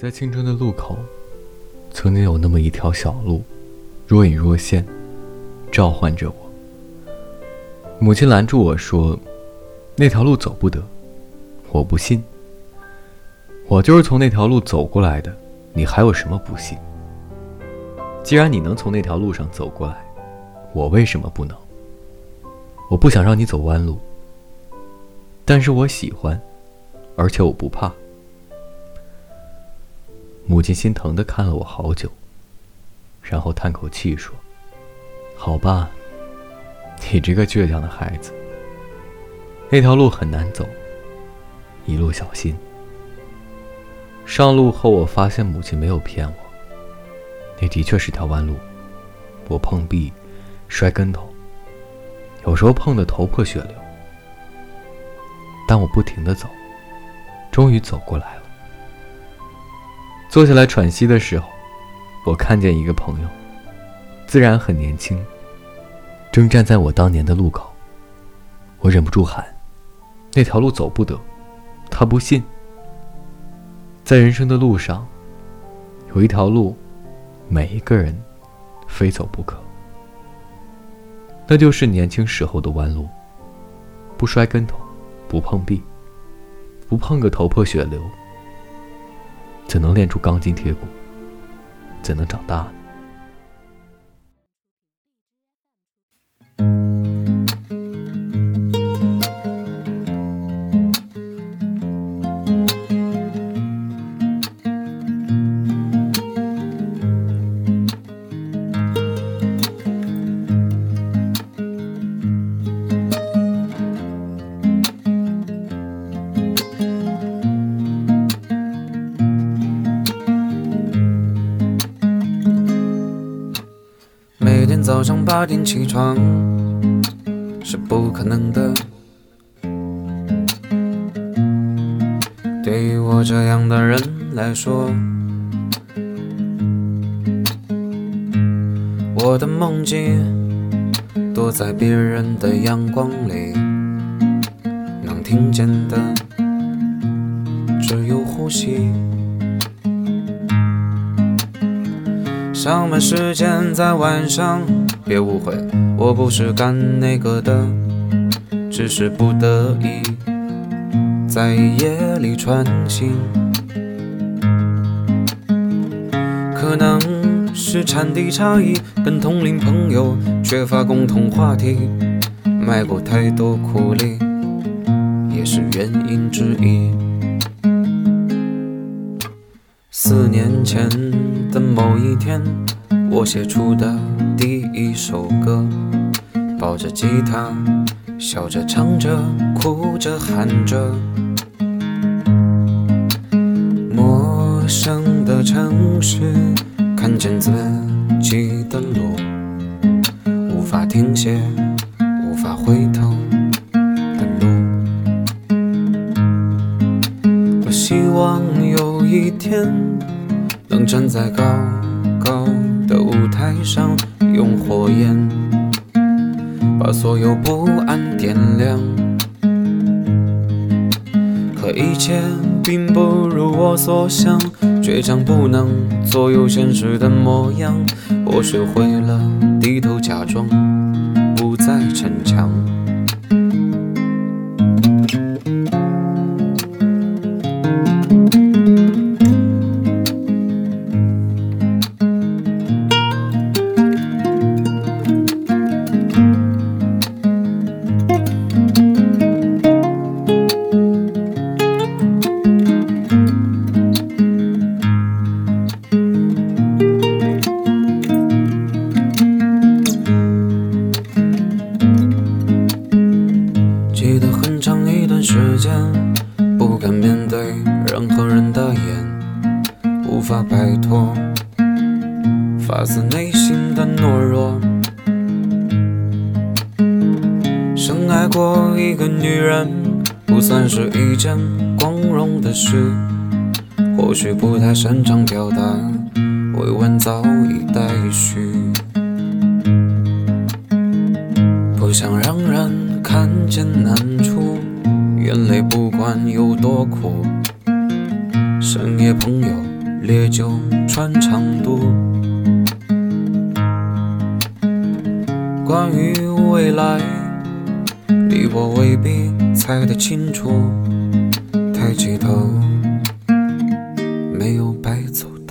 在青春的路口，曾经有那么一条小路，若隐若现，召唤着我。母亲拦住我说，那条路走不得。我不信，我就是从那条路走过来的，你还有什么不信？既然你能从那条路上走过来，我为什么不能？我不想让你走弯路，但是我喜欢，而且我不怕。母亲心疼地看了我好久，然后叹口气说，好吧，你这个倔强的孩子，那条路很难走，一路小心。上路后我发现母亲没有骗我，那的确是条弯路，我碰壁摔跟头，有时候碰得头破血流，但我不停地走，终于走过来了。坐下来喘息的时候，我看见一个朋友，自然很年轻，正站在我当年的路口。我忍不住喊，那条路走不得，他不信。在人生的路上，有一条路，每一个人非走不可，那就是年轻时候的弯路。不摔跟头，不碰壁，不碰个头破血流，怎能练出钢筋铁骨？怎能长大呢？ 每天早上8点起床是不可能的，对于我这样的人来说，我的梦境躲在别人的阳光里，能听见的只有呼吸。上班时间在晚上，别误会，我不是干那个的，只是不得已在夜里穿行。可能是产地差异，跟同龄朋友缺乏共同话题，卖过太多苦力，也是原因之一。4年前的某一天，我写出的第一首歌，抱着吉他，笑着唱着，哭着喊着。陌生的城市，看见自己的路，无法停歇，无法回头的路。我希望有一天能站在高高的舞台上，用火焰把所有不安点亮。可一切并不如我所想，倔强不能左右现实的模样。我学会了低头假装，不再逞强。记得很长一段时间，不敢面对任何人的眼，无法摆脱发自内心的懦弱。深爱过一个女人，不算是一件光荣的事，或许不太擅长表达，委婉早已待续。不想让人看见难处，眼泪不管有多苦，深夜朋友烈酒穿肠毒。关于未来，你我未必猜得清楚。抬起头，没有白走。